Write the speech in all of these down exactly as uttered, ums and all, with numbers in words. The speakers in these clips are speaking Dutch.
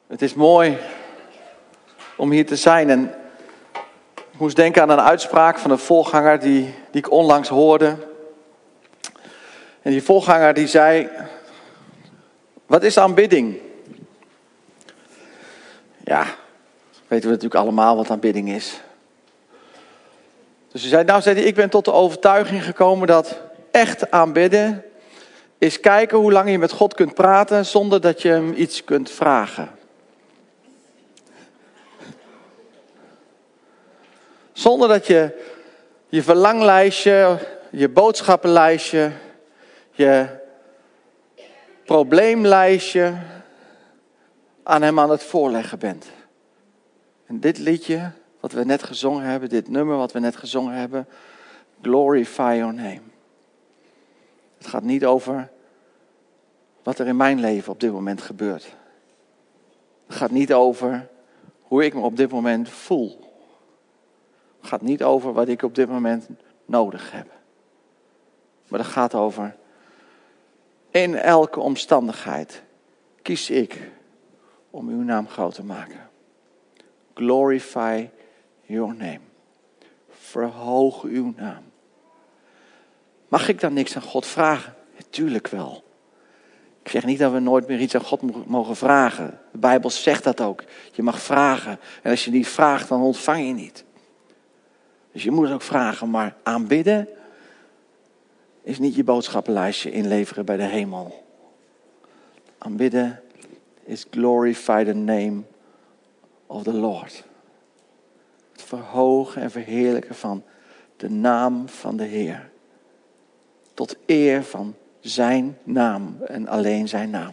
Het is mooi om hier te zijn. En ik moest denken aan een uitspraak van een voorganger die, die ik onlangs hoorde. En die voorganger die zei: wat is aanbidding? Ja, weten we natuurlijk allemaal wat aanbidding is. Dus hij zei, nou zei hij, ik ben tot de overtuiging gekomen dat echt aanbidden is kijken hoe lang je met God kunt praten zonder dat je hem iets kunt vragen. Zonder dat je je verlanglijstje, je boodschappenlijstje, je probleemlijstje aan hem aan het voorleggen bent. En dit liedje wat we net gezongen hebben, dit nummer wat we net gezongen hebben, Glorify Your Name. Het gaat niet over wat er in mijn leven op dit moment gebeurt. Het gaat niet over hoe ik me op dit moment voel. Het gaat niet over wat ik op dit moment nodig heb. Maar het gaat over, in elke omstandigheid kies ik om uw naam groot te maken. Glorify your name. Verhoog uw naam. Mag ik dan niks aan God vragen? Natuurlijk wel. Ik zeg niet dat we nooit meer iets aan God mogen vragen. De Bijbel zegt dat ook. Je mag vragen. En als je niet vraagt, dan ontvang je niet. Dus je moet ook vragen. Maar aanbidden is niet je boodschappenlijstje inleveren bij de hemel. Aanbidden is glorify the name of the Lord. Het verhogen en verheerlijken van de naam van de Heer. Tot eer van zijn naam en alleen zijn naam.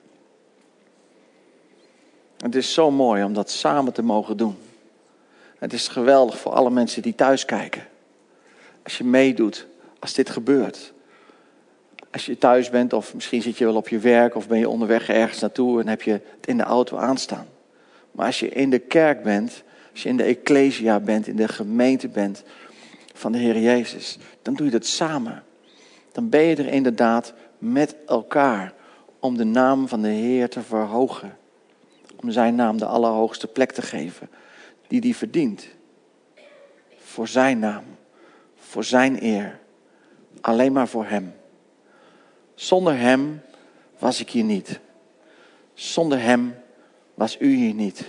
Het is zo mooi om dat samen te mogen doen. Het is geweldig voor alle mensen die thuis kijken. Als je meedoet, als dit gebeurt. Als je thuis bent of misschien zit je wel op je werk of ben je onderweg ergens naartoe en heb je het in de auto aanstaan. Maar als je in de kerk bent, als je in de ecclesia bent, in de gemeente bent van de Heer Jezus, dan doe je dat samen. Dan ben je er inderdaad met elkaar om de naam van de Heer te verhogen. Om zijn naam de allerhoogste plek te geven die hij verdient. Voor zijn naam, voor zijn eer. Alleen maar voor hem. Zonder hem was ik hier niet. Zonder hem was u hier niet.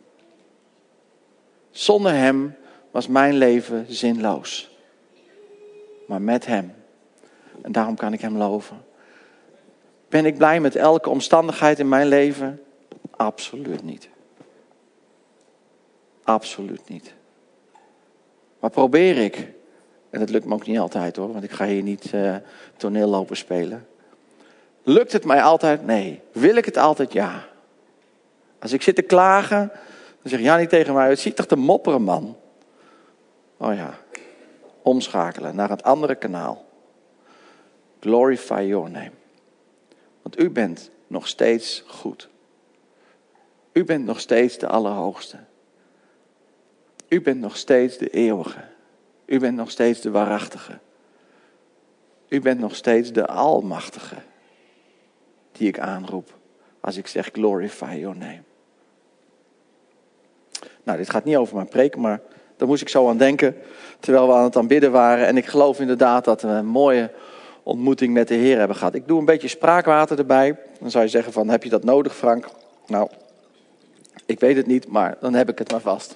Zonder hem was mijn leven zinloos. Maar met hem. En daarom kan ik hem loven. Ben ik blij met elke omstandigheid in mijn leven? Absoluut niet. Absoluut niet. Maar probeer ik. En dat lukt me ook niet altijd hoor. Want ik ga hier niet uh, toneel lopen spelen. Lukt het mij altijd? Nee. Wil ik het altijd? Ja. Als ik zit te klagen, dan zegt Jannie tegen mij, het ziet toch te mopperen man. Oh ja. Omschakelen naar het andere kanaal. Glorify your name. Want u bent nog steeds goed. U bent nog steeds de Allerhoogste. U bent nog steeds de Eeuwige. U bent nog steeds de Waarachtige. U bent nog steeds de Almachtige. Die ik aanroep als ik zeg glorify your name. Nou, dit gaat niet over mijn preek, maar daar moest ik zo aan denken terwijl we aan het aanbidden waren. En ik geloof inderdaad dat we een mooie ontmoeting met de Heer hebben gehad. Ik doe een beetje spraakwater erbij. Dan zou je zeggen van, heb je dat nodig, Frank? Nou, ik weet het niet, maar dan heb ik het maar vast.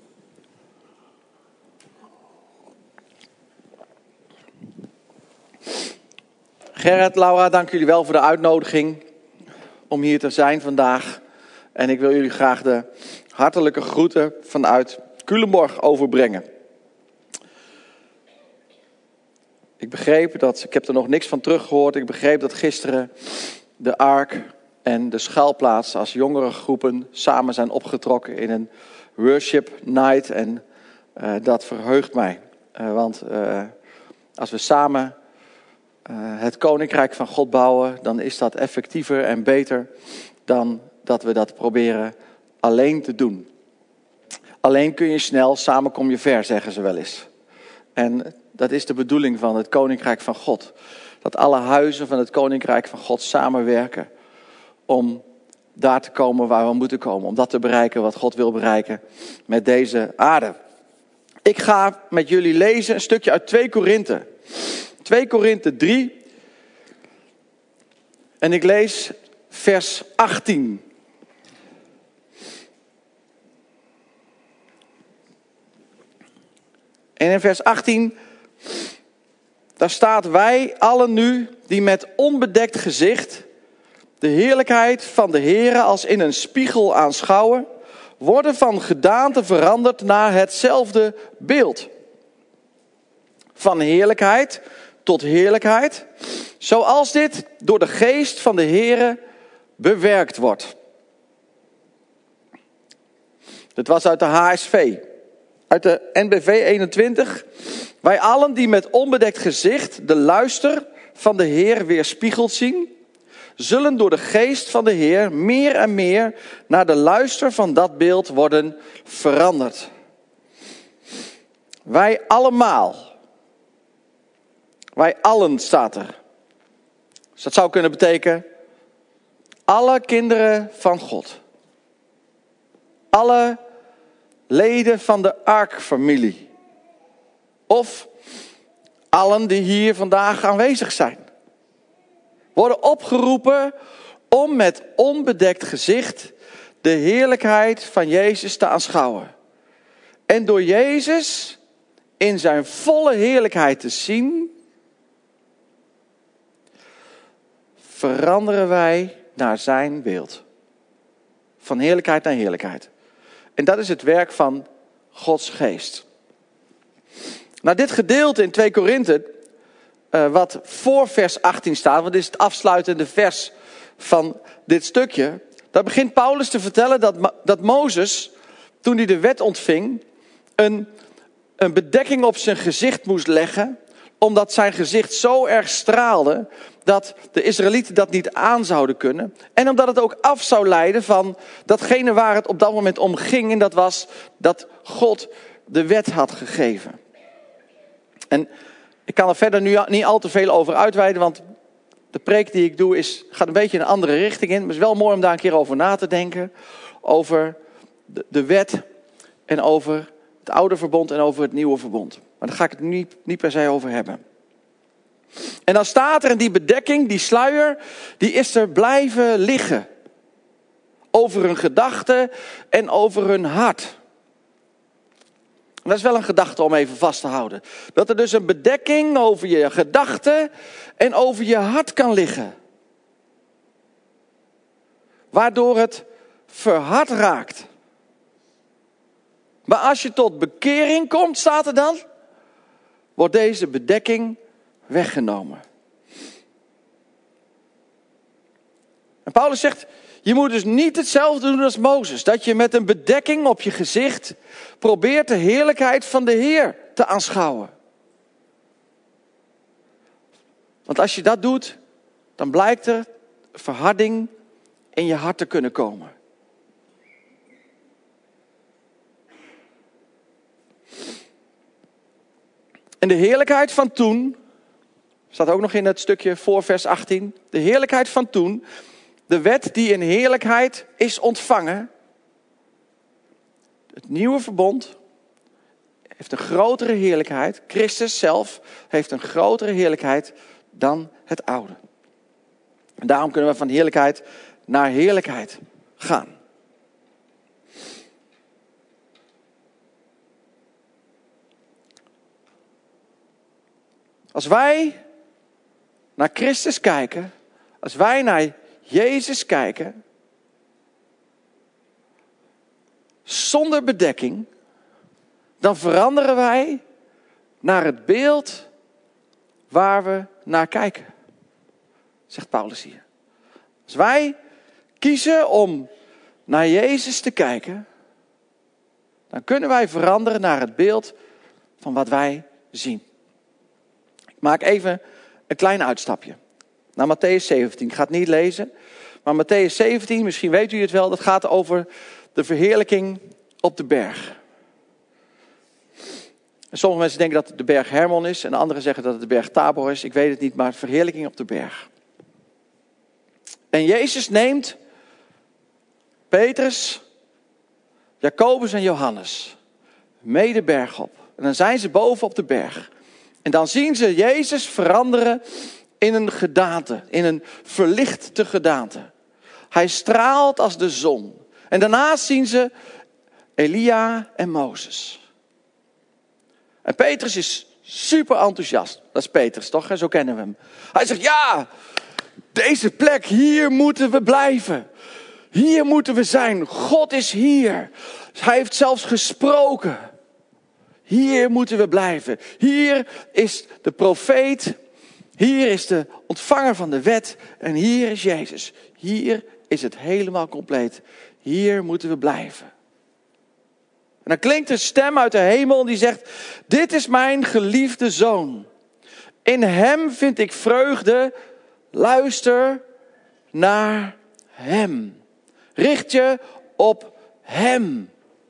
Gerrit, Laura, dank jullie wel voor de uitnodiging om hier te zijn vandaag. En ik wil jullie graag de hartelijke groeten vanuit Culemborg overbrengen. Ik begreep dat, ik heb er nog niks van teruggehoord, ik begreep dat gisteren de Ark en de schuilplaats als jongere groepen samen zijn opgetrokken in een worship night. En uh, dat verheugt mij, uh, want uh, als we samen uh, het koninkrijk van God bouwen, dan is dat effectiever en beter dan dat we dat proberen alleen te doen. Alleen kun je snel, samen kom je ver, zeggen ze wel eens. En dat is de bedoeling van het koninkrijk van God. Dat alle huizen van het koninkrijk van God samenwerken om daar te komen waar we moeten komen. Om dat te bereiken wat God wil bereiken met deze aarde. Ik ga met jullie lezen een stukje uit twee Korinthe. twee Korinthe drie. En ik lees vers achttien. En in vers achttien, daar staat: wij allen nu die met onbedekt gezicht de heerlijkheid van de Heere als in een spiegel aanschouwen, worden van gedaante veranderd naar hetzelfde beeld. Van heerlijkheid tot heerlijkheid, zoals dit door de geest van de Heere bewerkt wordt. Dit was uit de H S V. Uit de N B V eenentwintig. Wij allen die met onbedekt gezicht de luister van de Heer weerspiegeld zien, zullen door de geest van de Heer meer en meer naar de luister van dat beeld worden veranderd. Wij allemaal. Wij allen staat er. Dus dat zou kunnen betekenen alle kinderen van God. Alle leden van de Ark-familie. Of allen die hier vandaag aanwezig zijn. Worden opgeroepen om met onbedekt gezicht de heerlijkheid van Jezus te aanschouwen. En door Jezus in zijn volle heerlijkheid te zien, veranderen wij naar zijn beeld. Van heerlijkheid naar heerlijkheid. En dat is het werk van Gods geest. Nou, dit gedeelte in twee Korinthe, uh, wat voor vers achttien staat, want dit is het afsluitende vers van dit stukje. Daar begint Paulus te vertellen dat, dat Mozes, toen hij de wet ontving, een, een bedekking op zijn gezicht moest leggen, omdat zijn gezicht zo erg straalde dat de Israëlieten dat niet aan zouden kunnen. En omdat het ook af zou leiden van datgene waar het op dat moment om ging. En dat was dat God de wet had gegeven. En ik kan er verder nu niet al te veel over uitweiden, want de preek die ik doe is, gaat een beetje een andere richting in. Maar het is wel mooi om daar een keer over na te denken. Over de, de wet en over het oude verbond en over het nieuwe verbond. Maar daar ga ik het niet, niet per se over hebben. En dan staat er in die bedekking, die sluier, die is er blijven liggen. Over hun gedachten en over hun hart. En dat is wel een gedachte om even vast te houden. Dat er dus een bedekking over je gedachten en over je hart kan liggen. Waardoor het verhard raakt. Maar als je tot bekering komt, staat er dan, wordt deze bedekking weggenomen. En Paulus zegt, je moet dus niet hetzelfde doen als Mozes. Dat je met een bedekking op je gezicht probeert de heerlijkheid van de Heer te aanschouwen. Want als je dat doet, dan blijkt er verharding in je hart te kunnen komen. En de heerlijkheid van toen, staat ook nog in het stukje voor vers achttien. De heerlijkheid van toen, de wet die in heerlijkheid is ontvangen. Het nieuwe verbond heeft een grotere heerlijkheid. Christus zelf heeft een grotere heerlijkheid dan het oude. En daarom kunnen we van heerlijkheid naar heerlijkheid gaan. Als wij naar Christus kijken, als wij naar Jezus kijken, zonder bedekking, dan veranderen wij naar het beeld waar we naar kijken, zegt Paulus hier. Als wij kiezen om naar Jezus te kijken, dan kunnen wij veranderen naar het beeld van wat wij zien. Ik maak even een klein uitstapje naar Mattheüs zeventien. Ik ga het niet lezen, maar Mattheüs zeventien, misschien weet u het wel, dat gaat over de verheerlijking op de berg. En sommige mensen denken dat het de berg Hermon is en anderen zeggen dat het de berg Tabor is. Ik weet het niet, maar verheerlijking op de berg. En Jezus neemt Petrus, Jacobus en Johannes mee de berg op. En dan zijn ze boven op de berg. En dan zien ze Jezus veranderen in een gedaante, in een verlichte gedaante. Hij straalt als de zon. En daarnaast zien ze Elia en Mozes. En Petrus is super enthousiast. Dat is Petrus toch? Zo kennen we hem. Hij zegt, ja, deze plek, hier moeten we blijven. Hier moeten we zijn. God is hier. Hij heeft zelfs gesproken. Hier moeten we blijven. Hier is de profeet. Hier is de ontvanger van de wet. En hier is Jezus. Hier is het helemaal compleet. Hier moeten we blijven. En dan klinkt een stem uit de hemel die zegt, dit is mijn geliefde zoon. In hem vind ik vreugde. Luister naar hem. Richt je op hem.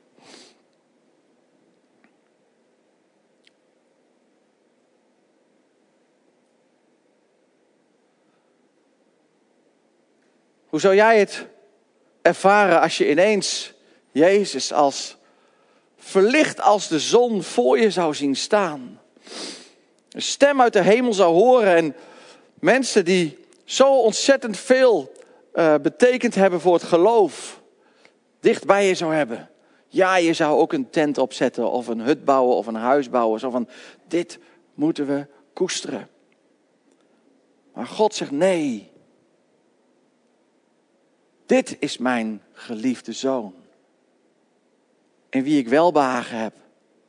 Hoe zou jij het ervaren als je ineens Jezus als verlicht als de zon voor je zou zien staan? Een stem uit de hemel zou horen en mensen die zo ontzettend veel uh, betekend hebben voor het geloof, dicht bij je zou hebben. Ja, je zou ook een tent opzetten of een hut bouwen of een huis bouwen. Zo van, dit moeten we koesteren. Maar God zegt nee. Dit is mijn geliefde zoon. In wie ik welbehagen heb.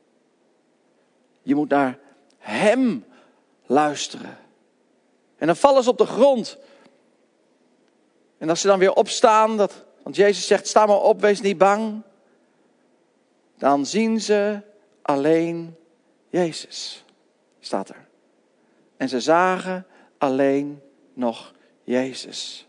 Je moet naar hem luisteren. En dan vallen ze op de grond. En als ze dan weer opstaan, dat, want Jezus zegt, sta maar op, wees niet bang. Dan zien ze alleen Jezus, staat er. En ze zagen alleen nog Jezus.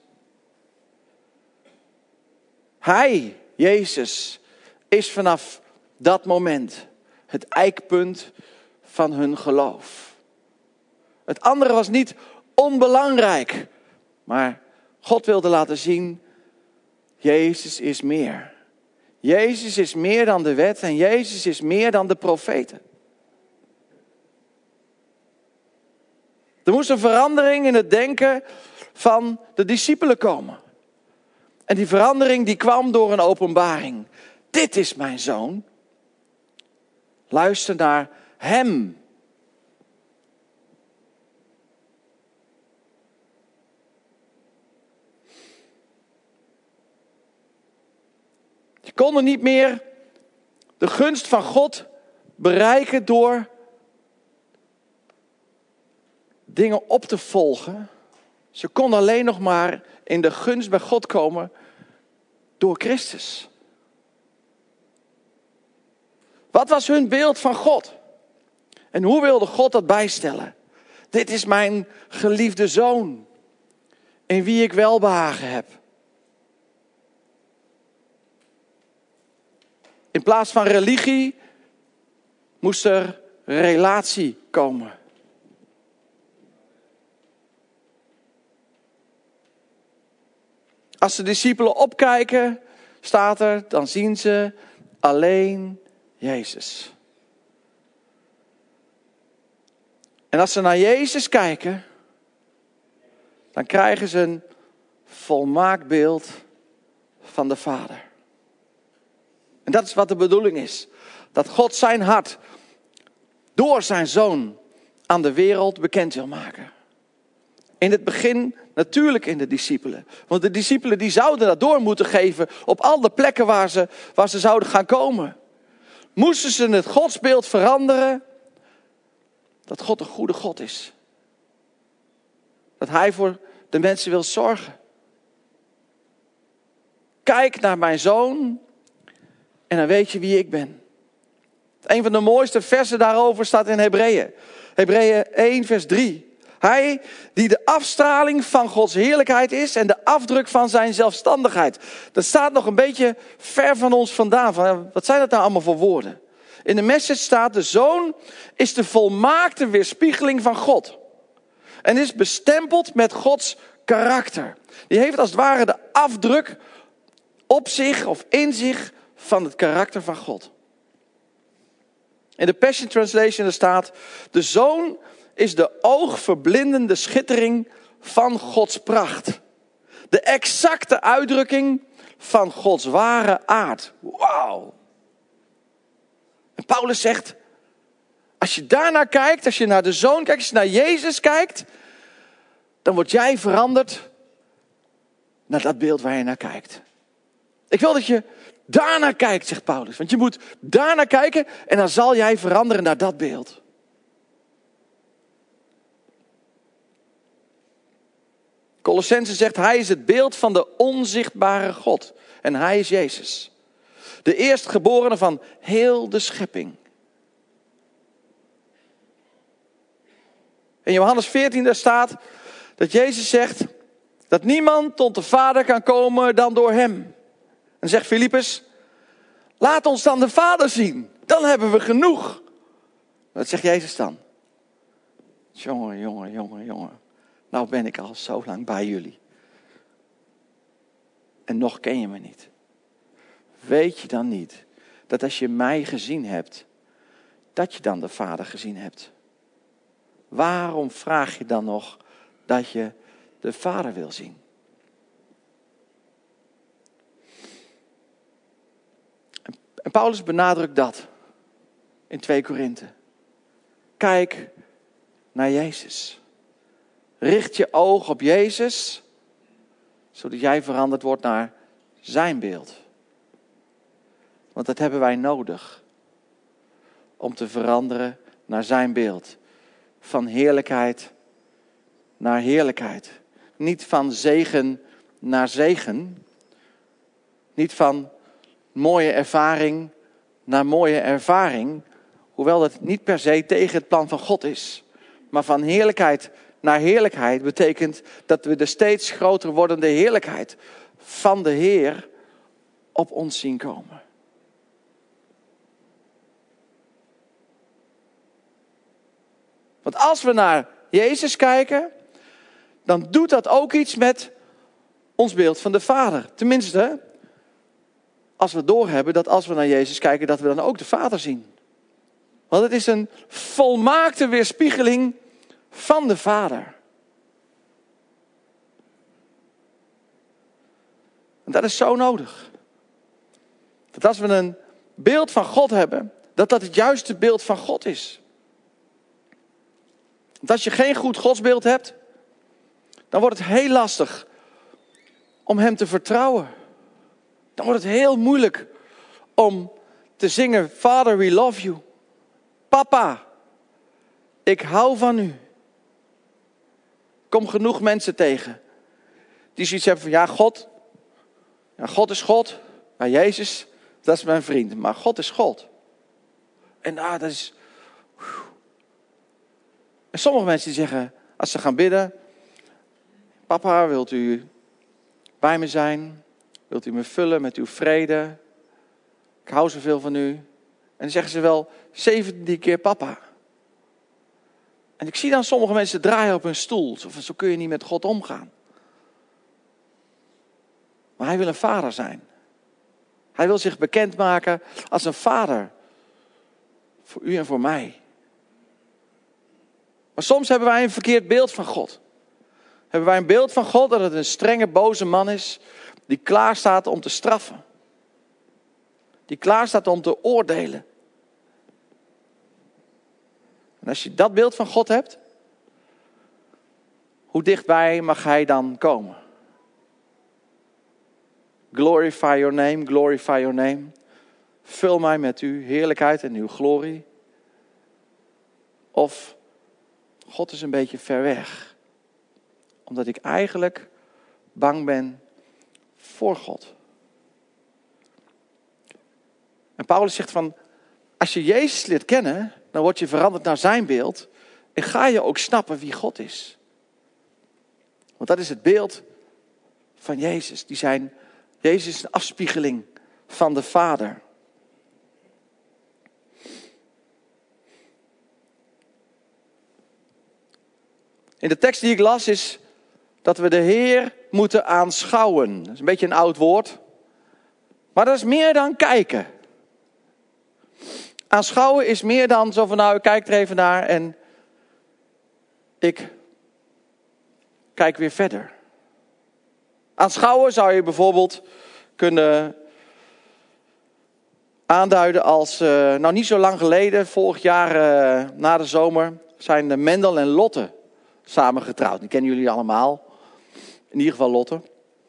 Hij, Jezus, is vanaf dat moment het eikpunt van hun geloof. Het andere was niet onbelangrijk, maar God wilde laten zien, Jezus is meer. Jezus is meer dan de wet en Jezus is meer dan de profeten. Er moest een verandering in het denken van de discipelen komen. En die verandering die kwam door een openbaring. Dit is mijn zoon. Luister naar hem. Je kon er niet meer de gunst van God bereiken door dingen op te volgen. Ze kon alleen nog maar in de gunst bij God komen door Christus. Wat was hun beeld van God? En hoe wilde God dat bijstellen? Dit is mijn geliefde zoon, in wie ik welbehagen heb. In plaats van religie moest er relatie komen. Als de discipelen opkijken, staat er, dan zien ze alleen Jezus. En als ze naar Jezus kijken, dan krijgen ze een volmaakt beeld van de Vader. En dat is wat de bedoeling is. Dat God zijn hart door zijn zoon aan de wereld bekend wil maken. In het begin natuurlijk in de discipelen. Want de discipelen die zouden dat door moeten geven op al de plekken waar ze, waar ze zouden gaan komen. Moesten ze het godsbeeld veranderen. Dat God een goede God is. Dat hij voor de mensen wil zorgen. Kijk naar mijn zoon en dan weet je wie ik ben. Een van de mooiste versen daarover staat in Hebreeën. Hebreeën één vers drie. Hij die de afstraling van Gods heerlijkheid is en de afdruk van zijn zelfstandigheid. Dat staat nog een beetje ver van ons vandaan. Van, wat zijn dat nou allemaal voor woorden? In de Message staat, de zoon is de volmaakte weerspiegeling van God. En is bestempeld met Gods karakter. Die heeft als het ware de afdruk op zich of in zich van het karakter van God. In de Passion Translation er staat: de Zoon is de oogverblindende schittering van Gods pracht. De exacte uitdrukking van Gods ware aard. Wauw. En Paulus zegt, als je daarnaar kijkt, als je naar de Zoon kijkt, als je naar Jezus kijkt, dan word jij veranderd naar dat beeld waar je naar kijkt. Ik wil dat je daarnaar kijkt, zegt Paulus. Want je moet daarnaar kijken en dan zal jij veranderen naar dat beeld. Colossenzen zegt, hij is het beeld van de onzichtbare God. En hij is Jezus. De eerstgeborene van heel de schepping. In Johannes veertien daar staat dat Jezus zegt dat niemand tot de Vader kan komen dan door hem. En zegt Filippus, laat ons dan de Vader zien. Dan hebben we genoeg. Wat zegt Jezus dan? Jongen, jongen, jongen, jongen. Nou ben ik al zo lang bij jullie. En nog ken je me niet. Weet je dan niet dat als je mij gezien hebt, dat je dan de Vader gezien hebt? Waarom vraag je dan nog dat je de Vader wil zien? En Paulus benadrukt dat in twee Korinthe. Kijk naar Jezus. Richt je oog op Jezus, zodat jij veranderd wordt naar zijn beeld. Want dat hebben wij nodig. Om te veranderen naar zijn beeld. Van heerlijkheid naar heerlijkheid. Niet van zegen naar zegen. Niet van mooie ervaring naar mooie ervaring. Hoewel dat niet per se tegen het plan van God is. Maar van heerlijkheid naar heerlijkheid betekent dat we de steeds groter wordende heerlijkheid van de Heer op ons zien komen. Want als we naar Jezus kijken, dan doet dat ook iets met ons beeld van de Vader. Tenminste, als we doorhebben dat als we naar Jezus kijken, dat we dan ook de Vader zien. Want het is een volmaakte weerspiegeling van de Vader. En dat is zo nodig. Dat als we een beeld van God hebben, dat dat het juiste beeld van God is. Want als je geen goed godsbeeld hebt, dan wordt het heel lastig om hem te vertrouwen. Dan wordt het heel moeilijk om te zingen, Father, we love you. Papa, ik hou van u. Ik kom genoeg mensen tegen die zoiets hebben van, ja, God, ja, God is God. Maar Jezus, dat is mijn vriend. Maar God is God. En ah, dat is... En sommige mensen die zeggen, als ze gaan bidden, papa, wilt u bij me zijn? Wilt u me vullen met uw vrede? Ik hou zoveel van u. En dan zeggen ze wel zeventien keer papa. En ik zie dan sommige mensen draaien op hun stoel. Zo, zo kun je niet met God omgaan. Maar hij wil een vader zijn. Hij wil zich bekendmaken als een vader. Voor u en voor mij. Maar soms hebben wij een verkeerd beeld van God. Hebben wij een beeld van God dat het een strenge, boze man is. Die klaar staat om te straffen. Die klaar staat om te oordelen. En als je dat beeld van God hebt, hoe dichtbij mag hij dan komen? Glorify your name, glorify your name. Vul mij met uw heerlijkheid en uw glorie. Of God is een beetje ver weg. Omdat ik eigenlijk bang ben voor God. En Paulus zegt van, als je Jezus leert kennen, dan word je veranderd naar zijn beeld. En ga je ook snappen wie God is. Want dat is het beeld van Jezus. Die zijn, Jezus is een afspiegeling van de Vader. In de tekst die ik las is dat we de Heer moeten aanschouwen. Dat is een beetje een oud woord. Maar dat is meer dan kijken. Aanschouwen is meer dan zo van nou, ik kijk er even naar en ik kijk weer verder. Aanschouwen zou je bijvoorbeeld kunnen aanduiden als, uh, nou niet zo lang geleden, vorig jaar uh, na de zomer, zijn de Mendel en Lotte samen getrouwd. Die kennen jullie allemaal. In ieder geval Lotte.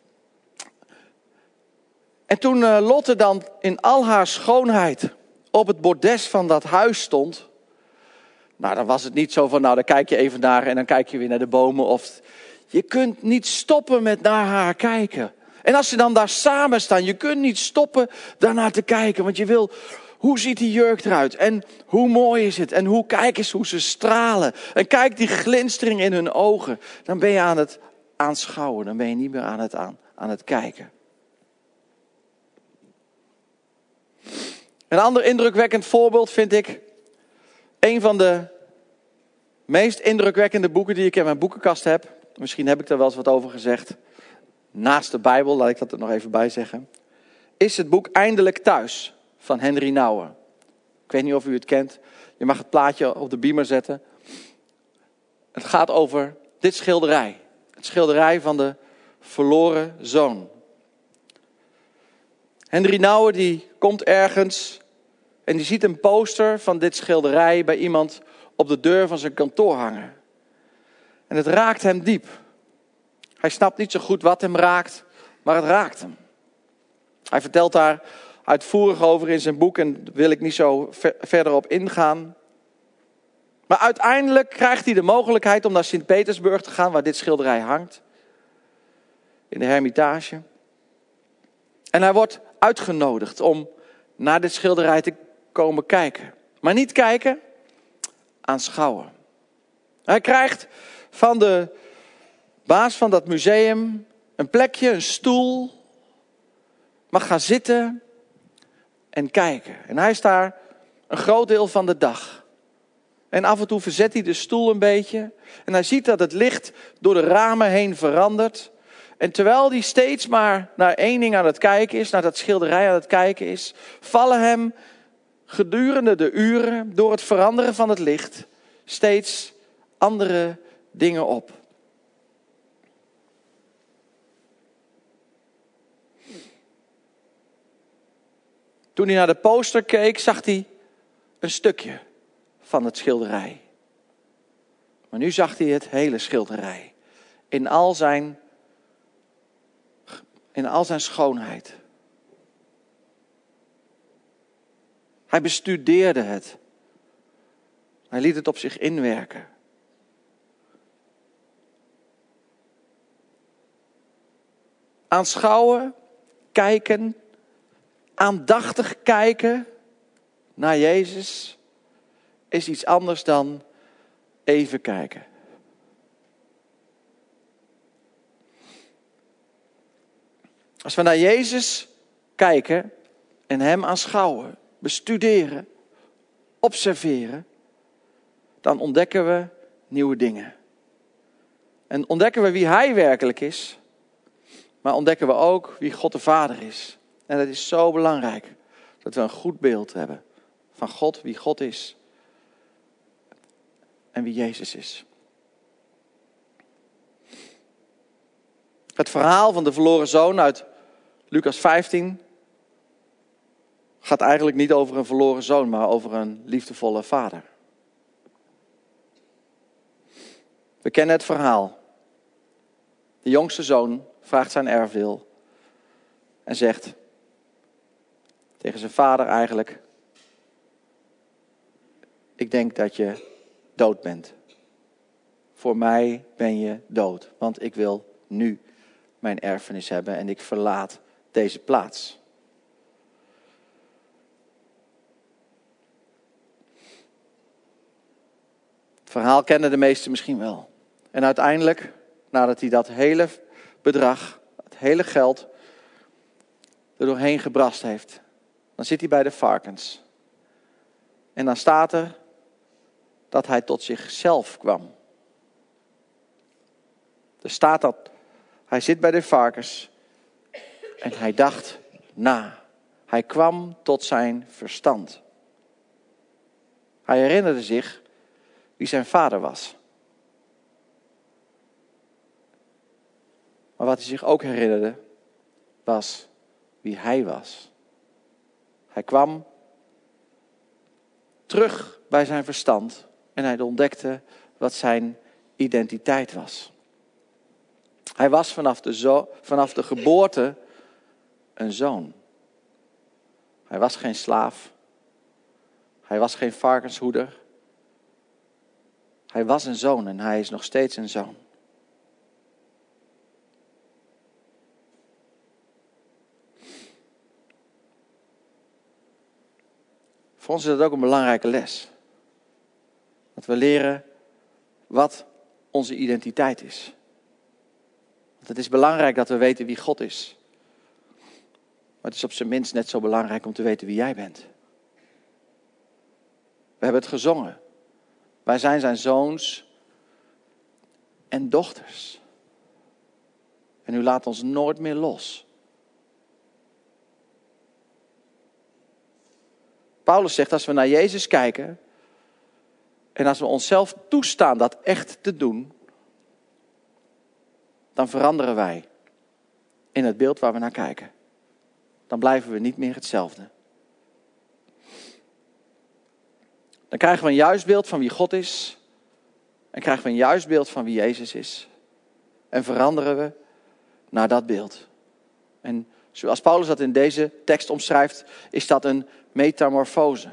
En toen uh, Lotte dan in al haar schoonheid op het bordes van dat huis stond. Nou, dan was het niet zo van, nou dan kijk je even naar en dan kijk je weer naar de bomen. Of je kunt niet stoppen met naar haar kijken. En als ze dan daar samen staan, je kunt niet stoppen daarnaar te kijken. Want je wil, hoe ziet die jurk eruit? En hoe mooi is het? En hoe, kijk eens hoe ze stralen. En kijk die glinstering in hun ogen. Dan ben je aan het aanschouwen. Dan ben je niet meer aan het, aan, aan het kijken. Een ander indrukwekkend voorbeeld vind ik een van de meest indrukwekkende boeken die ik in mijn boekenkast heb. Misschien heb ik daar wel eens wat over gezegd. Naast de Bijbel, laat ik dat er nog even bij zeggen. Is het boek Eindelijk Thuis van Henry Nouwen. Ik weet niet of u het kent. Je mag het plaatje op de beamer zetten. Het gaat over dit schilderij. Het schilderij van de verloren zoon. Henry Nouwen die komt ergens en die ziet een poster van dit schilderij bij iemand op de deur van zijn kantoor hangen. En het raakt hem diep. Hij snapt niet zo goed wat hem raakt, maar het raakt hem. Hij vertelt daar uitvoerig over in zijn boek en daar wil ik niet zo ver, verder op ingaan. Maar uiteindelijk krijgt hij de mogelijkheid om naar Sint-Petersburg te gaan, waar dit schilderij hangt. In de Hermitage. En hij wordt uitgenodigd om naar dit schilderij te komen kijken. Maar niet kijken, aanschouwen. Hij krijgt van de baas van dat museum een plekje, een stoel. Mag gaan zitten en kijken. En hij is daar een groot deel van de dag. En af en toe verzet hij de stoel een beetje. En hij ziet dat het licht door de ramen heen verandert. En terwijl hij steeds maar naar één ding aan het kijken is, naar dat schilderij aan het kijken is, vallen hem gedurende de uren, door het veranderen van het licht, steeds andere dingen op. Toen hij naar de poster keek, zag hij een stukje van het schilderij. Maar nu zag hij het hele schilderij. In al zijn, in al zijn schoonheid. Hij bestudeerde het. Hij liet het op zich inwerken. Aanschouwen, kijken, aandachtig kijken naar Jezus is iets anders dan even kijken. Als we naar Jezus kijken en hem aanschouwen, bestuderen, observeren, dan ontdekken we nieuwe dingen. En ontdekken we wie hij werkelijk is, maar ontdekken we ook wie God de Vader is. En het is zo belangrijk dat we een goed beeld hebben van God, wie God is en wie Jezus is. Het verhaal van de verloren zoon uit Lucas vijftien gaat eigenlijk niet over een verloren zoon, maar over een liefdevolle vader. We kennen het verhaal. De jongste zoon vraagt zijn erfdeel en zegt tegen zijn vader eigenlijk: ik denk dat je dood bent. Voor mij ben je dood, want ik wil nu mijn erfenis hebben en ik verlaat deze plaats. Het verhaal kennen de meesten misschien wel. En uiteindelijk, nadat hij dat hele bedrag, het hele geld er doorheen gebrast heeft, dan zit hij bij de varkens. En dan staat er dat hij tot zichzelf kwam. Er staat dat hij zit bij de varkens en hij dacht na. Hij kwam tot zijn verstand. Hij herinnerde zich wie zijn vader was. Maar wat hij zich ook herinnerde, was wie hij was. Hij kwam terug bij zijn verstand en hij ontdekte wat zijn identiteit was. Hij was vanaf de, zo, vanaf de geboorte een zoon. Hij was geen slaaf. Hij was geen varkenshoeder. Hij was een zoon en hij is nog steeds een zoon. Voor ons is dat ook een belangrijke les. Dat we leren wat onze identiteit is. Want het is belangrijk dat we weten wie God is. Maar het is op zijn minst net zo belangrijk om te weten wie jij bent. We hebben het gezongen. Wij zijn zijn zoons en dochters. En u laat ons nooit meer los. Paulus zegt, als we naar Jezus kijken en als we onszelf toestaan dat echt te doen, dan veranderen wij in het beeld waar we naar kijken. Dan blijven we niet meer hetzelfde. Dan krijgen we een juist beeld van wie God is en krijgen we een juist beeld van wie Jezus is. En veranderen we naar dat beeld. En zoals Paulus dat in deze tekst omschrijft, is dat een metamorfose.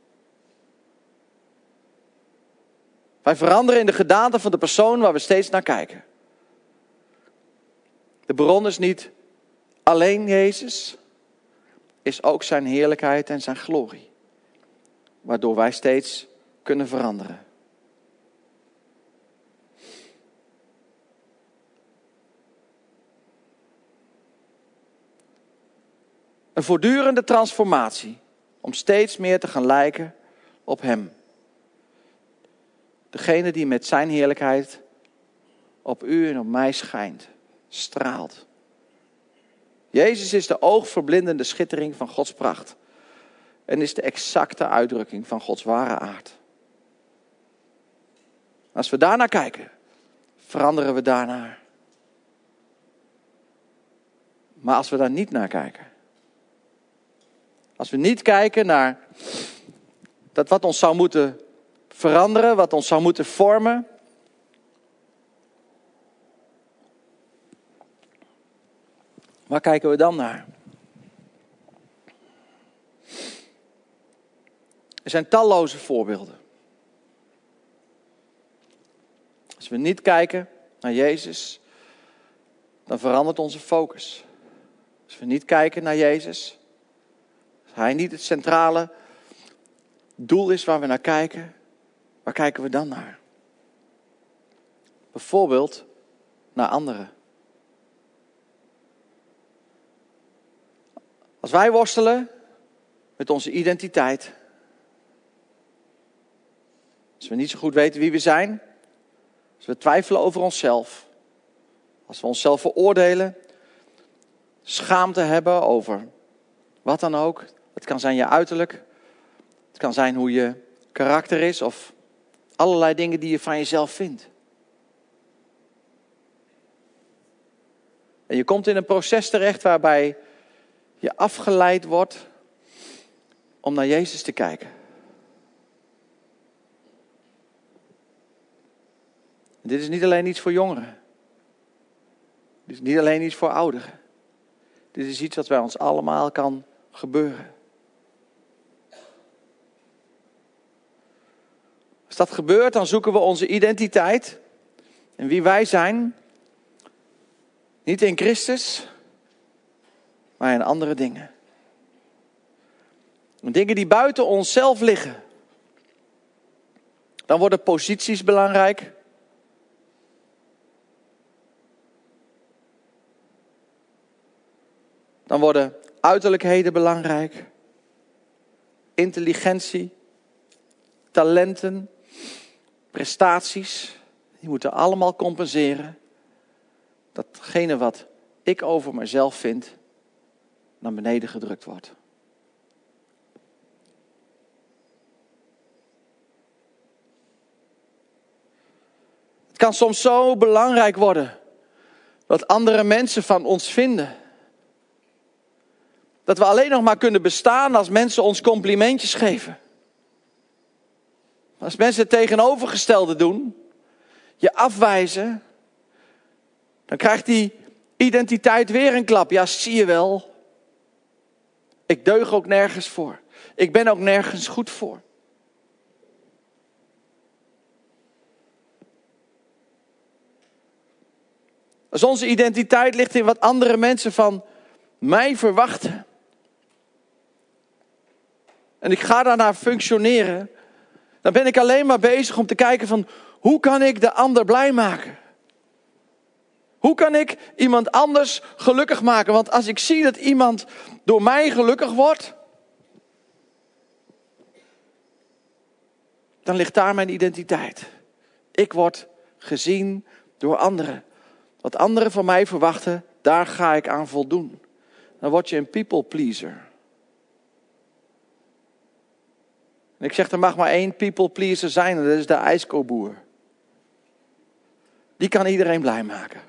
Wij veranderen in de gedaante van de persoon waar we steeds naar kijken. De bron is niet alleen Jezus, is ook zijn heerlijkheid en zijn glorie. Waardoor wij steeds kunnen veranderen. Een voortdurende transformatie om steeds meer te gaan lijken op hem. Degene die met zijn heerlijkheid op u en op mij schijnt, straalt. Jezus is de oogverblindende schittering van Gods pracht. En is de exacte uitdrukking van Gods ware aard. Als we daarnaar kijken, veranderen we daarnaar. Maar als we daar niet naar kijken. Als we niet kijken naar dat wat ons zou moeten veranderen, wat ons zou moeten vormen. Waar kijken we dan naar? Er zijn talloze voorbeelden. Als we niet kijken naar Jezus, dan verandert onze focus. Als we niet kijken naar Jezus, als Hij niet het centrale doel is waar we naar kijken, waar kijken we dan naar? Bijvoorbeeld naar anderen. Als wij worstelen met onze identiteit, als we niet zo goed weten wie we zijn, als we twijfelen over onszelf, als we onszelf veroordelen, schaamte hebben over wat dan ook. Het kan zijn je uiterlijk, het kan zijn hoe je karakter is of allerlei dingen die je van jezelf vindt. En je komt in een proces terecht waarbij je afgeleid wordt om naar Jezus te kijken. En dit is niet alleen iets voor jongeren. Dit is niet alleen iets voor ouderen. Dit is iets wat bij ons allemaal kan gebeuren. Als dat gebeurt, dan zoeken we onze identiteit en wie wij zijn. Niet in Christus, maar in andere dingen. Dingen die buiten onszelf liggen. Dan worden posities belangrijk. Dan worden uiterlijkheden belangrijk. Intelligentie. Talenten. Prestaties. Die moeten allemaal compenseren. Datgene wat ik over mezelf vind, naar beneden gedrukt wordt. kan soms zo belangrijk worden wat andere mensen van ons vinden. Dat we alleen nog maar kunnen bestaan als mensen ons complimentjes geven. Als mensen het tegenovergestelde doen, je afwijzen, dan krijgt die identiteit weer een klap. Ja, zie je wel. Ik deug ook nergens voor. Ik ben ook nergens goed voor. Als onze identiteit ligt in wat andere mensen van mij verwachten. En ik ga daarnaar functioneren. Dan ben ik alleen maar bezig om te kijken van hoe kan ik de ander blij maken? Hoe kan ik iemand anders gelukkig maken? Want als ik zie dat iemand door mij gelukkig wordt, dan ligt daar mijn identiteit. Ik word gezien door anderen. Wat anderen van mij verwachten, daar ga ik aan voldoen. Dan word je een people pleaser. En ik zeg, er mag maar één people pleaser zijn en dat is de ijskoboer. Die kan iedereen blij maken.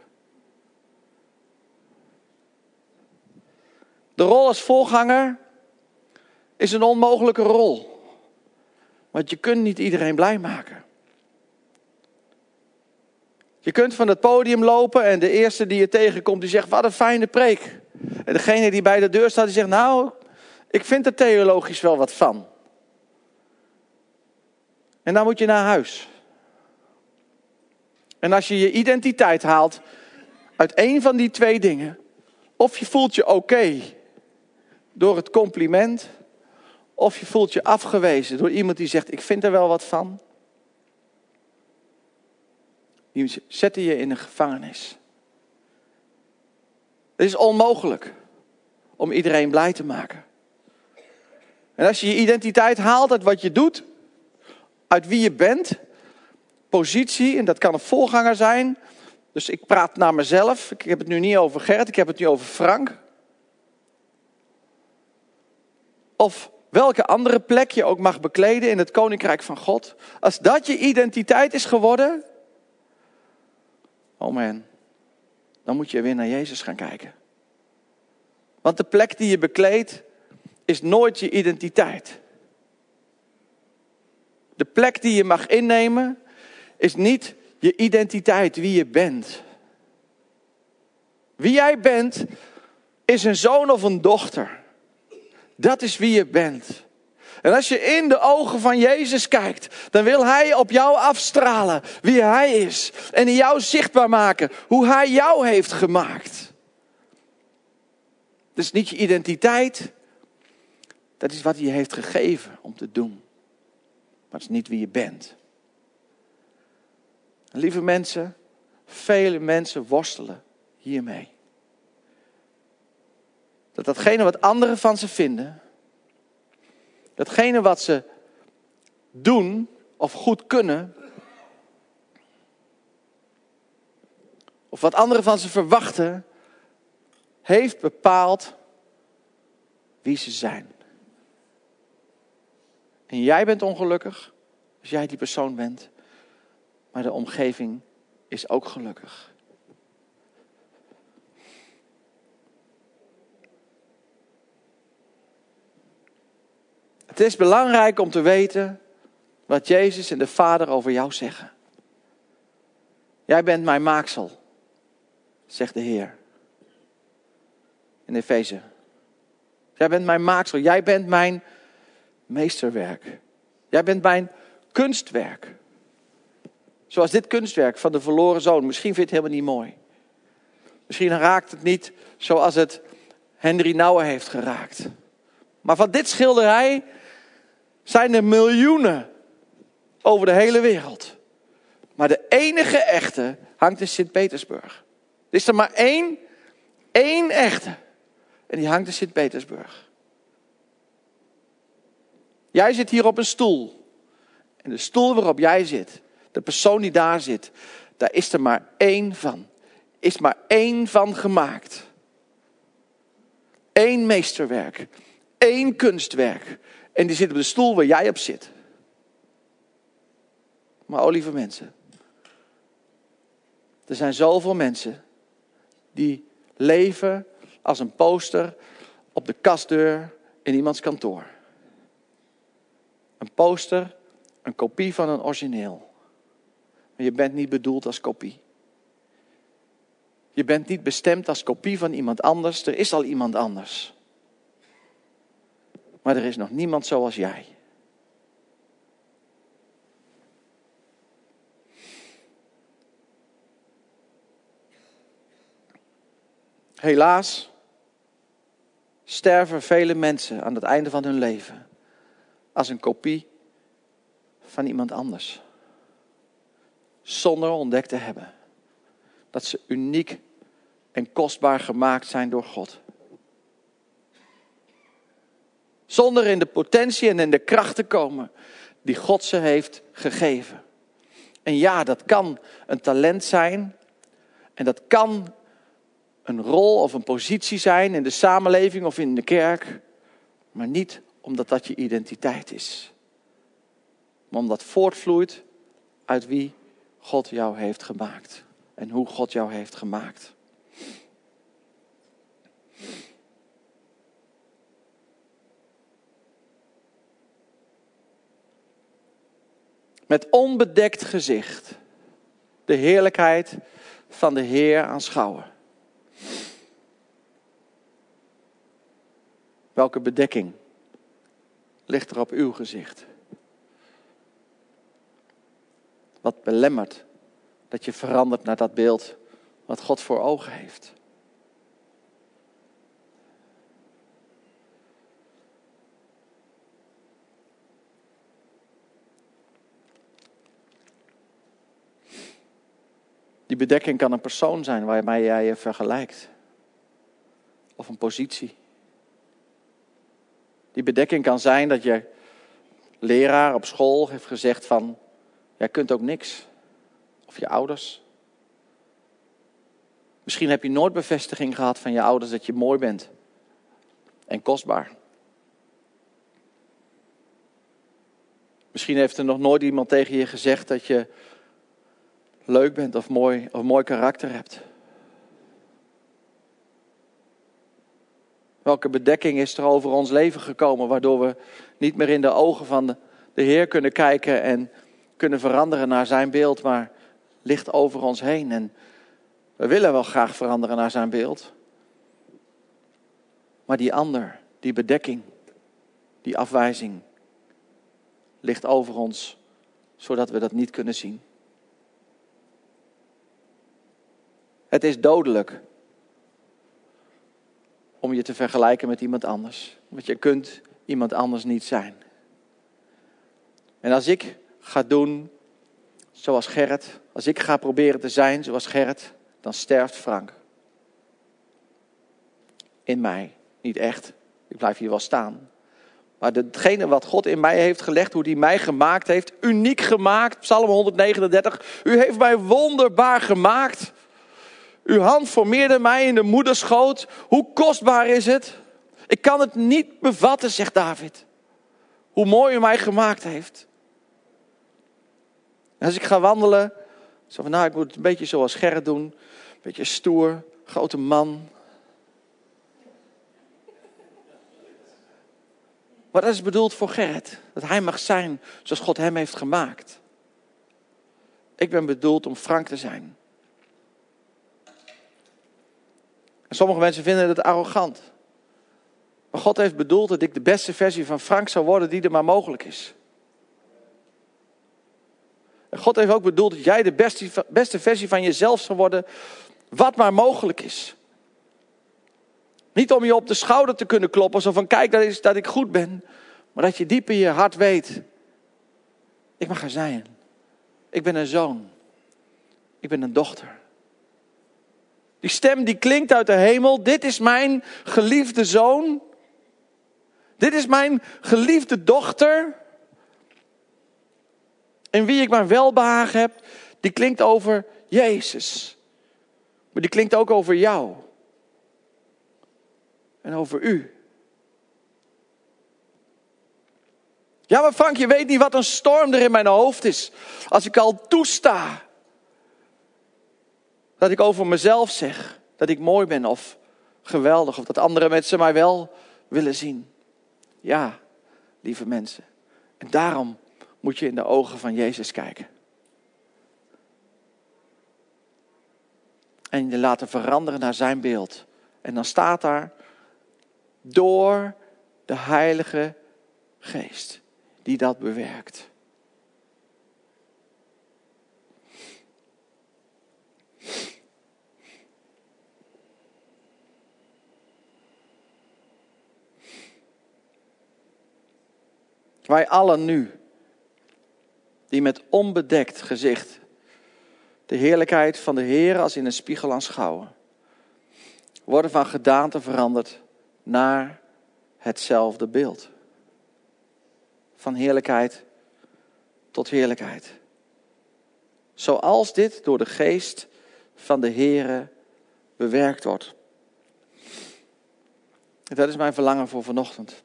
De rol als voorganger is een onmogelijke rol. Want je kunt niet iedereen blij maken. Je kunt van het podium lopen en de eerste die je tegenkomt, die zegt, wat een fijne preek. En degene die bij de deur staat, die zegt, nou, ik vind er theologisch wel wat van. En dan moet je naar huis. En als je je identiteit haalt uit één van die twee dingen, of je voelt je oké door het compliment, of je voelt je afgewezen door iemand die zegt, ik vind er wel wat van. Die zetten je in een gevangenis. Het is onmogelijk om iedereen blij te maken. En als je je identiteit haalt uit wat je doet, uit wie je bent, positie, en dat kan een voorganger zijn. Dus ik praat naar mezelf. Ik heb het nu niet over Gerrit, ik heb het nu over Frank. Of welke andere plek je ook mag bekleden in het Koninkrijk van God. Als dat je identiteit is geworden, oh man, dan moet je weer naar Jezus gaan kijken. Want de plek die je bekleedt is nooit je identiteit. De plek die je mag innemen is niet je identiteit, wie je bent. Wie jij bent is een zoon of een dochter. Dat is wie je bent. En als je in de ogen van Jezus kijkt, dan wil Hij op jou afstralen wie Hij is. En in jou zichtbaar maken hoe Hij jou heeft gemaakt. Dat is niet je identiteit. Dat is wat Hij je heeft gegeven om te doen. Maar het is niet wie je bent. Lieve mensen, vele mensen worstelen hiermee. Dat datgene wat anderen van ze vinden, datgene wat ze doen of goed kunnen, of wat anderen van ze verwachten, heeft bepaald wie ze zijn. En jij bent ongelukkig als jij die persoon bent, maar de omgeving is ook gelukkig. Het is belangrijk om te weten wat Jezus en de Vader over jou zeggen. Jij bent mijn maaksel, zegt de Heer. In Efeze. Jij bent mijn maaksel, jij bent mijn meesterwerk. Jij bent mijn kunstwerk. Zoals dit kunstwerk van de verloren zoon. Misschien vind je het helemaal niet mooi. Misschien raakt het niet zoals het Henry Nouwen heeft geraakt. Maar van dit schilderij zijn er miljoenen over de hele wereld. Maar de enige echte hangt in Sint-Petersburg. Er is er maar één, één echte. En die hangt in Sint-Petersburg. Jij zit hier op een stoel. En de stoel waarop jij zit, de persoon die daar zit, daar is er maar één van. Is maar één van gemaakt. Eén meesterwerk. Eén kunstwerk. En die zit op de stoel waar jij op zit. Maar oh lieve mensen. Er zijn zoveel mensen die leven als een poster op de kastdeur in iemands kantoor. Een poster, een kopie van een origineel. Maar je bent niet bedoeld als kopie. Je bent niet bestemd als kopie van iemand anders. Er is al iemand anders. Maar er is nog niemand zoals jij. Helaas sterven vele mensen aan het einde van hun leven als een kopie van iemand anders. Zonder ontdekt te hebben dat ze uniek en kostbaar gemaakt zijn door God. Zonder in de potentie en in de kracht te komen die God ze heeft gegeven. En ja, dat kan een talent zijn. En dat kan een rol of een positie zijn in de samenleving of in de kerk. Maar niet omdat dat je identiteit is. Maar omdat voortvloeit uit wie God jou heeft gemaakt. En hoe God jou heeft gemaakt. Met onbedekt gezicht de heerlijkheid van de Heer aanschouwen. Welke bedekking ligt er op uw gezicht? Wat belemmert dat je verandert naar dat beeld wat God voor ogen heeft? Die bedekking kan een persoon zijn waarmee jij je vergelijkt. Of een positie. Die bedekking kan zijn dat je leraar op school heeft gezegd van, jij kunt ook niks. Of je ouders. Misschien heb je nooit bevestiging gehad van je ouders dat je mooi bent. En kostbaar. Misschien heeft er nog nooit iemand tegen je gezegd dat je leuk bent of mooi, of mooi karakter hebt. Welke bedekking is er over ons leven gekomen, waardoor we niet meer in de ogen van de, de Heer kunnen kijken en kunnen veranderen naar zijn beeld, maar ligt over ons heen. En we willen wel graag veranderen naar zijn beeld. Maar die ander, die bedekking, die afwijzing, ligt over ons, zodat we dat niet kunnen zien. Het is dodelijk om je te vergelijken met iemand anders. Want je kunt iemand anders niet zijn. En als ik ga doen zoals Gerrit, als ik ga proberen te zijn zoals Gerrit, dan sterft Frank. In mij. Niet echt. Ik blijf hier wel staan. Maar hetgene wat God in mij heeft gelegd, hoe hij mij gemaakt heeft, uniek gemaakt. Psalm honderdnegenendertig. U heeft mij wonderbaar gemaakt. Uw hand formeerde mij in de moederschoot. Hoe kostbaar is het? Ik kan het niet bevatten, zegt David. Hoe mooi u mij gemaakt heeft. En als ik ga wandelen, zo van nou, ik moet het een beetje zoals Gerrit doen. Een beetje stoer, grote man. Maar dat is bedoeld voor Gerrit. Dat hij mag zijn zoals God hem heeft gemaakt. Ik ben bedoeld om Frank te zijn. En sommige mensen vinden het arrogant. Maar God heeft bedoeld dat ik de beste versie van Frank zou worden die er maar mogelijk is. En God heeft ook bedoeld dat jij de beste, beste versie van jezelf zou worden wat maar mogelijk is. Niet om je op de schouder te kunnen kloppen, zo van kijk dat, is, dat ik goed ben. Maar dat je diep in je hart weet, ik mag er zijn. Ik ben een zoon. Ik ben een dochter. Die stem die klinkt uit de hemel. Dit is mijn geliefde zoon. Dit is mijn geliefde dochter. In wie ik mijn welbehagen heb. Die klinkt over Jezus. Maar die klinkt ook over jou. En over u. Ja, maar Frank, je weet niet wat een storm er in mijn hoofd is. Als ik al toesta Dat ik over mezelf zeg dat ik mooi ben of geweldig. Of dat andere mensen mij wel willen zien. Ja, lieve mensen. En daarom moet je in de ogen van Jezus kijken. En je laten veranderen naar zijn beeld. En dan staat daar, door de Heilige Geest die dat bewerkt. Wij allen nu, die met onbedekt gezicht de heerlijkheid van de Heer als in een spiegel aanschouwen, worden van gedaante veranderd naar hetzelfde beeld. Van heerlijkheid tot heerlijkheid. Zoals dit door de geest van de Heere bewerkt wordt. En dat is mijn verlangen voor vanochtend.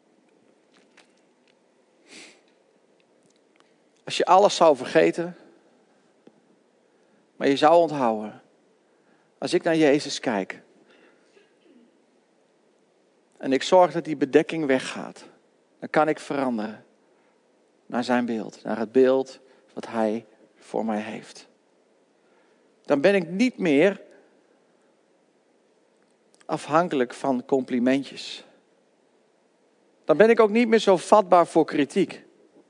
Als je alles zou vergeten, maar je zou onthouden. Als ik naar Jezus kijk en ik zorg dat die bedekking weggaat, dan kan ik veranderen naar zijn beeld, naar het beeld wat hij voor mij heeft. Dan ben ik niet meer afhankelijk van complimentjes. Dan ben ik ook niet meer zo vatbaar voor kritiek.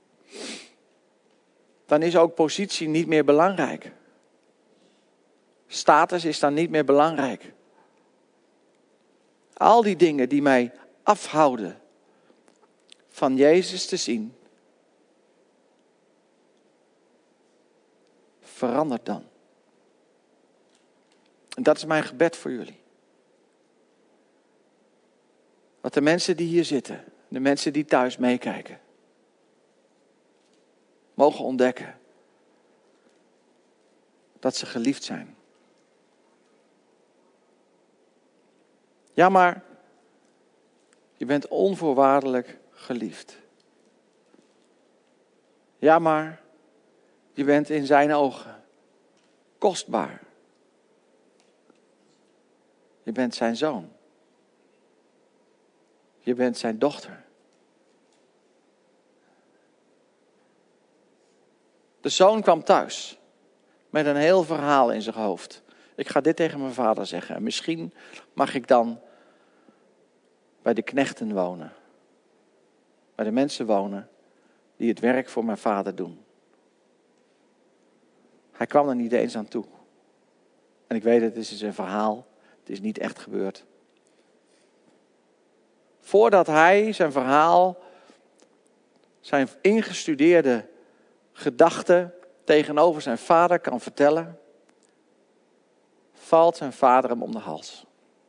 Dan is ook positie niet meer belangrijk. Status is dan niet meer belangrijk. Al die dingen die mij afhouden van Jezus te zien, verandert dan. En dat is mijn gebed voor jullie. Dat de mensen die hier zitten, de mensen die thuis meekijken, mogen ontdekken dat ze geliefd zijn. Ja, maar je bent onvoorwaardelijk geliefd. Ja, maar je bent in zijn ogen kostbaar. Je bent zijn zoon. Je bent zijn dochter. De zoon kwam thuis met een heel verhaal in zijn hoofd. Ik ga dit tegen mijn vader zeggen. En misschien mag ik dan bij de knechten wonen. Bij de mensen wonen die het werk voor mijn vader doen. Hij kwam er niet eens aan toe. En ik weet, het is een verhaal. Het is niet echt gebeurd. Voordat hij zijn verhaal, zijn ingestudeerde gedachten tegenover zijn vader kan vertellen, valt zijn vader hem om de hals.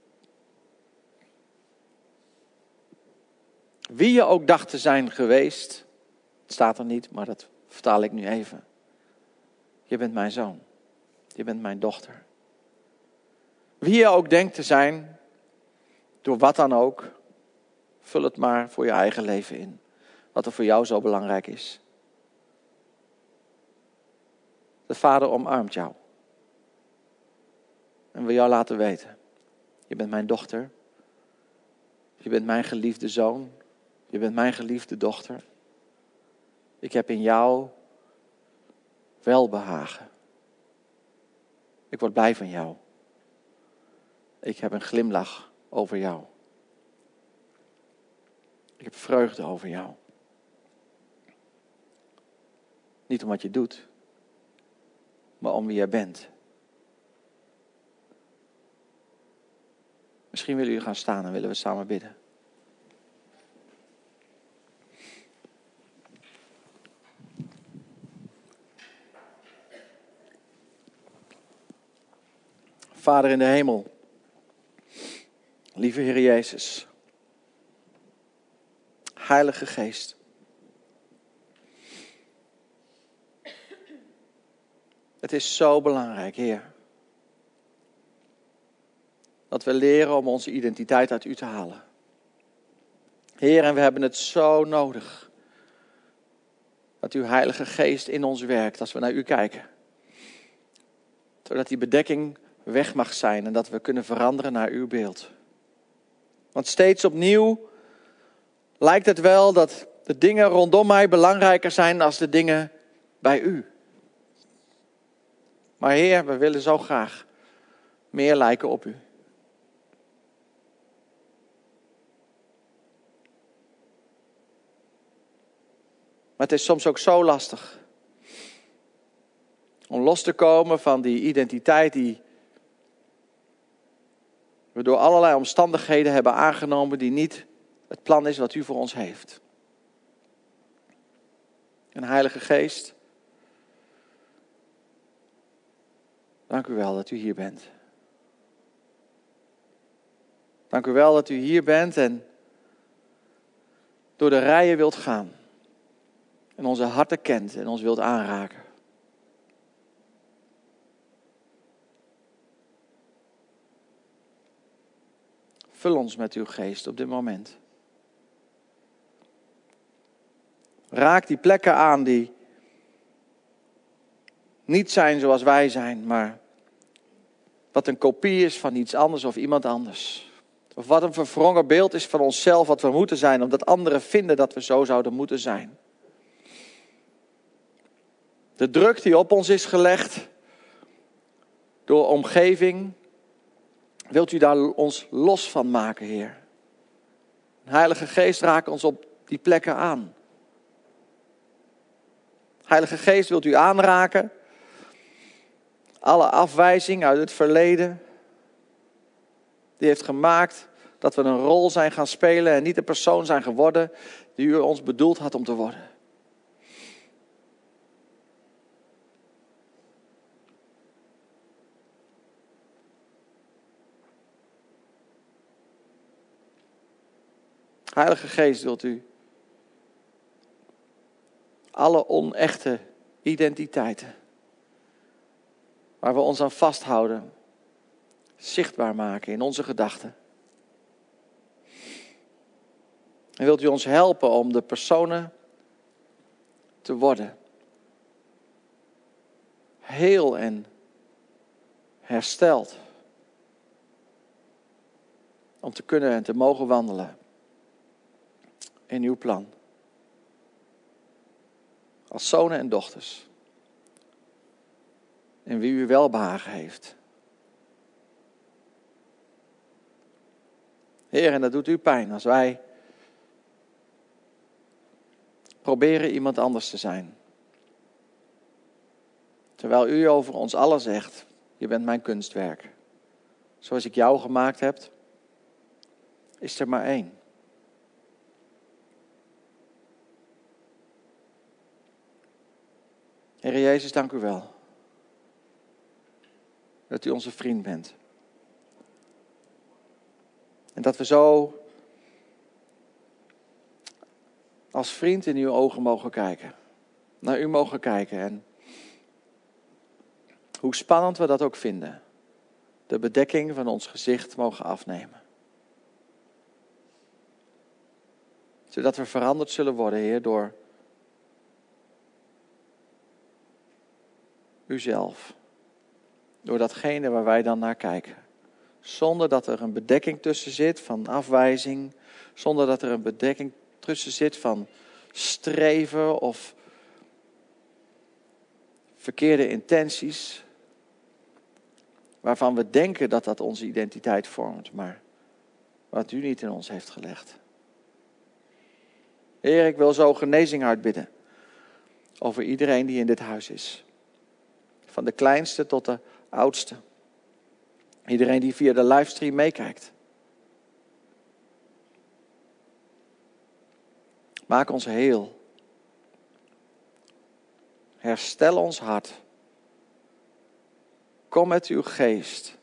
Wie je ook dacht te zijn geweest, het staat er niet, maar dat vertaal ik nu even. Je bent mijn zoon. Je bent mijn dochter. Wie je ook denkt te zijn, door wat dan ook, vul het maar voor je eigen leven in. Wat er voor jou zo belangrijk is. De Vader omarmt jou. En wil jou laten weten. Je bent mijn dochter. Je bent mijn geliefde zoon. Je bent mijn geliefde dochter. Ik heb in jou welbehagen. Ik word blij van jou. Ik heb een glimlach over jou. Ik heb vreugde over jou. Niet om wat je doet, maar om wie jij bent. Misschien willen jullie gaan staan en willen we samen bidden. Vader in de hemel, lieve Heer Jezus, Heilige Geest. Het is zo belangrijk, Heer, dat we leren om onze identiteit uit U te halen. Heer, en we hebben het zo nodig dat Uw Heilige Geest in ons werkt als we naar U kijken. Zodat die bedekking weg mag zijn en dat we kunnen veranderen naar uw beeld. Want steeds opnieuw lijkt het wel dat de dingen rondom mij belangrijker zijn dan de dingen bij u. Maar Heer, we willen zo graag meer lijken op u. Maar het is soms ook zo lastig om los te komen van die identiteit die we door allerlei omstandigheden hebben aangenomen die niet het plan is wat u voor ons heeft. En Heilige Geest, dank u wel dat u hier bent. Dank u wel dat u hier bent en door de rijen wilt gaan. En onze harten kent en ons wilt aanraken. Vul ons met uw geest op dit moment. Raak die plekken aan die niet zijn zoals wij zijn, maar wat een kopie is van iets anders of iemand anders. Of wat een verwrongen beeld is van onszelf wat we moeten zijn, omdat anderen vinden dat we zo zouden moeten zijn. De druk die op ons is gelegd door omgeving, wilt u daar ons los van maken, Heer. Heilige Geest, raak ons op die plekken aan. Heilige Geest, wilt u aanraken alle afwijzing uit het verleden die heeft gemaakt dat we een rol zijn gaan spelen en niet de persoon zijn geworden die u ons bedoeld had om te worden. Heilige Geest, wilt u alle onechte identiteiten waar we ons aan vasthouden, zichtbaar maken in onze gedachten. En wilt u ons helpen om de personen te worden. Heel en hersteld. Om te kunnen en te mogen wandelen in uw plan. Als zonen en dochters. In wie u welbehagen heeft. Heer, en dat doet u pijn als wij proberen iemand anders te zijn. Terwijl u over ons allen zegt, je bent mijn kunstwerk. Zoals ik jou gemaakt heb, is er maar één. Heer Jezus, dank u wel. Dat u onze vriend bent. En dat we zo als vriend in uw ogen mogen kijken. Naar u mogen kijken. En hoe spannend we dat ook vinden. De bedekking van ons gezicht mogen afnemen. Zodat we veranderd zullen worden, Heer, door uzelf. Door datgene waar wij dan naar kijken. Zonder dat er een bedekking tussen zit van afwijzing. Zonder dat er een bedekking tussen zit van streven of verkeerde intenties. Waarvan we denken dat dat onze identiteit vormt. Maar wat u niet in ons heeft gelegd. Heer, ik wil zo genezing uitbidden. Over iedereen die in dit huis is. Van de kleinste tot de oudste. Iedereen die via de livestream meekijkt. Maak ons heel. Herstel ons hart. Kom met uw geest.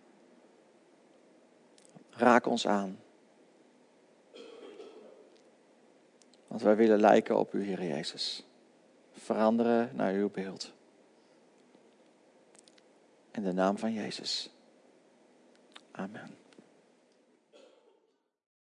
Raak ons aan. Want wij willen lijken op u, Heer Jezus. Veranderen naar uw beeld. In de naam van Jezus. Amen.